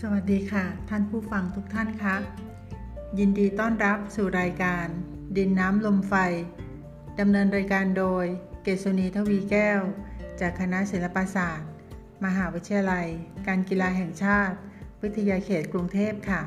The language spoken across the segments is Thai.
สวัสดีค่ะท่านผู้ฟังทุกท่านคะยินดีต้อนรับสู่รายการดินน้ำลมไฟดำเนินรายการโดยเกษุณีทวีแก้วจากคณะศิลปศาสตร์มหาวิทยาลัยการกีฬาแห่งชาติวิทยาเขตกรุงเทพค่ะ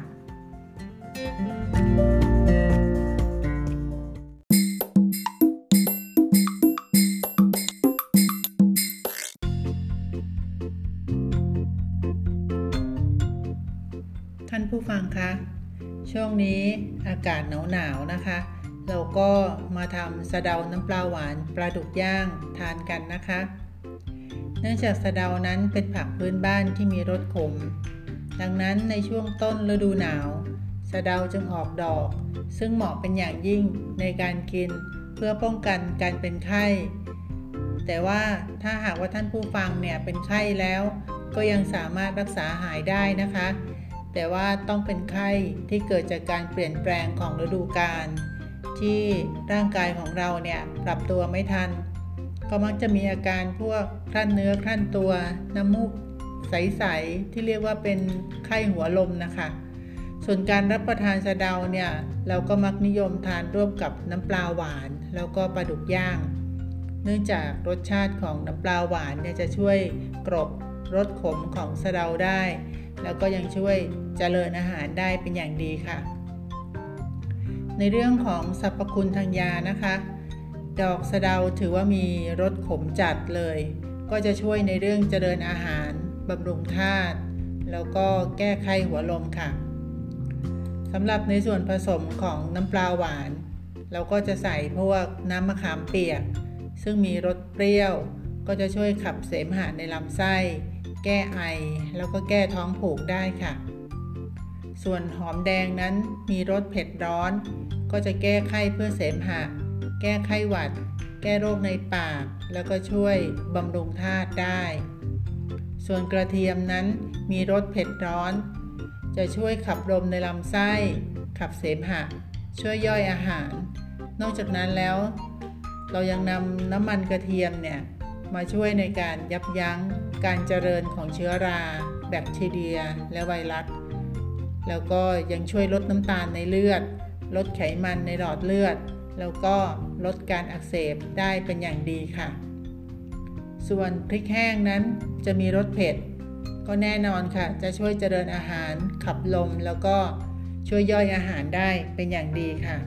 ท่านผู้ฟังคะช่วงนี้อากาศหนาวนะคะเราก็มาทำสะเดาน้ำปลาหวานปลาดุกย่างทานกันนะคะเนื่องจากสะเดานั้นเป็นผักพื้นบ้านที่มีรสขมดังนั้นในช่วงต้นฤดูหนาวสะเดาจึงออกดอกซึ่งเหมาะเป็นอย่างยิ่งในการกินเพื่อป้องกันการเป็นไข้แต่ว่าถ้าหากว่าท่านผู้ฟังเนี่ยเป็นไข้แล้วก็ยังสามารถรักษาหายได้นะคะแต่ว่าต้องเป็นไข้ที่เกิดจากการเปลี่ยนแปลงของฤดูกาลที่ร่างกายของเราเนี่ยปรับตัวไม่ทันก็มักจะมีอาการพวกคลั่นเนื้อคลั่นตัวน้ำมูกใสๆที่เรียกว่าเป็นไข้หัวลมนะคะส่วนการรับประทานสะเดาเนี่ยเราก็มักนิยมทานร่วมกับน้ำปลาหวานแล้วก็ปลาดุกย่างเนื่องจากรสชาติของน้ำปลาหวานเนี่ยจะช่วยกลบรสขมของสะเดาได้แล้วก็ยังช่วยเจริญอาหารได้เป็นอย่างดีค่ะในเรื่องของสรรพคุณทางยานะคะดอกสะเดาถือว่ามีรสขมจัดเลยก็จะช่วยในเรื่องเจริญอาหารบำรุงธาตุแล้วก็แก้ไข้หัวลมค่ะสำหรับในส่วนผสมของน้ำปลาหวานเราก็จะใส่พวกน้ำมะขามเปียกซึ่งมีรสเปรี้ยวก็จะช่วยขับเสมหะในลำไส้แก้ไอแล้วก็แก้ท้องผูกได้ค่ะส่วนหอมแดงนั้นมีรสเผ็ดร้อนก็จะแก้ไข้เพื่อเสมหะแก้ไข้หวัดแก้โรคในปากแล้วก็ช่วยบำรุงธาตุได้ส่วนกระเทียมนั้นมีรสเผ็ดร้อนจะช่วยขับลมในลำไส้ขับเสมหะช่วยย่อยอาหารนอกจากนั้นแล้วเรายังนำน้ำมันกระเทียมเนี่ยมาช่วยในการยับยั้งการเจริญของเชื้อราแบคทีเรียและไวรัสแล้วก็ยังช่วยลดน้ำตาลในเลือดลดไขมันในหลอดเลือดแล้วก็ลดการอักเสบได้เป็นอย่างดีค่ะส่วนพริกแห้งนั้นจะมีรสเผ็ดก็แน่นอนค่ะจะช่วยเจริญอาหารขับลมแล้วก็ช่วยย่อยอาหารได้เป็นอย่างดีค่ะ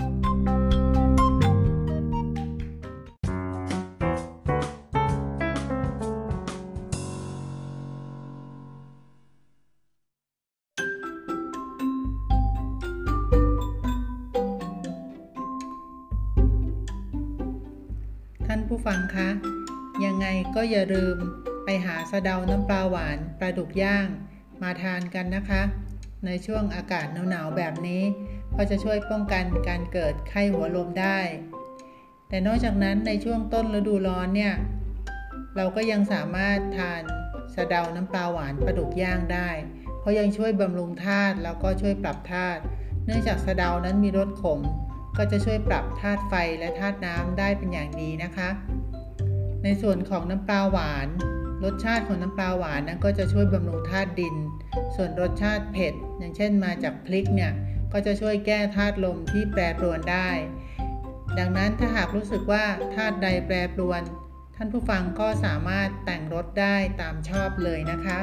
ท่านผู้ฟังคะยังไงก็อย่าลืมไปหาสะเดาน้ำปลาหวานปลาดุกย่างมาทานกันนะคะในช่วงอากาศหนาวๆแบบนี้ก็จะช่วยป้องกันการเกิดไข้หัวลมได้แต่นอกจากนั้นในช่วงต้นฤดูร้อนเนี่ยเราก็ยังสามารถทานสะเดาน้ำปลาหวานปลาดุกย่างได้เพราะยังช่วยบำรุงธาตุแล้วก็ช่วยปรับธาตุเนื่องจากสะเดานั้นมีรสขมก็จะช่วยปรับธาตุไฟและธาตุน้ำได้เป็นอย่างดีนะคะในส่วนของน้ำปลาหวานรสชาติของน้ำปลาหวานนั้นก็จะช่วยบำรุงธาตุดินส่วนรสชาติเผ็ดอย่างเช่นมาจากพริกเนี่ยก็จะช่วยแก้ธาตุลมที่แปรปรวนได้ดังนั้นถ้าหากรู้สึกว่าธาตุใดแปรปรวนท่านผู้ฟังก็สามารถแต่งรสได้ตามชอบเลยนะคะ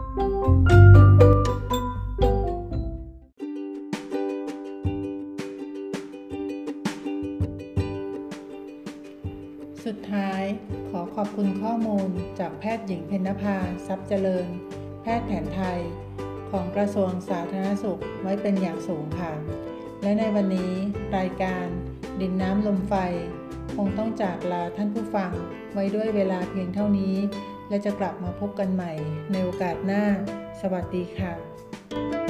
สุดท้ายขอขอบคุณข้อมูลจากแพทย์หญิงเพ็ญนภา ทรัพย์เจริญแพทย์แผนไทยของกระทรวงสาธารณสุขไว้เป็นอย่างสูงค่ะและในวันนี้รายการดินน้ำลมไฟคงต้องจากลาท่านผู้ฟังไว้ด้วยเวลาเพียงเท่านี้และจะกลับมาพบกันใหม่ในโอกาสหน้าสวัสดีค่ะ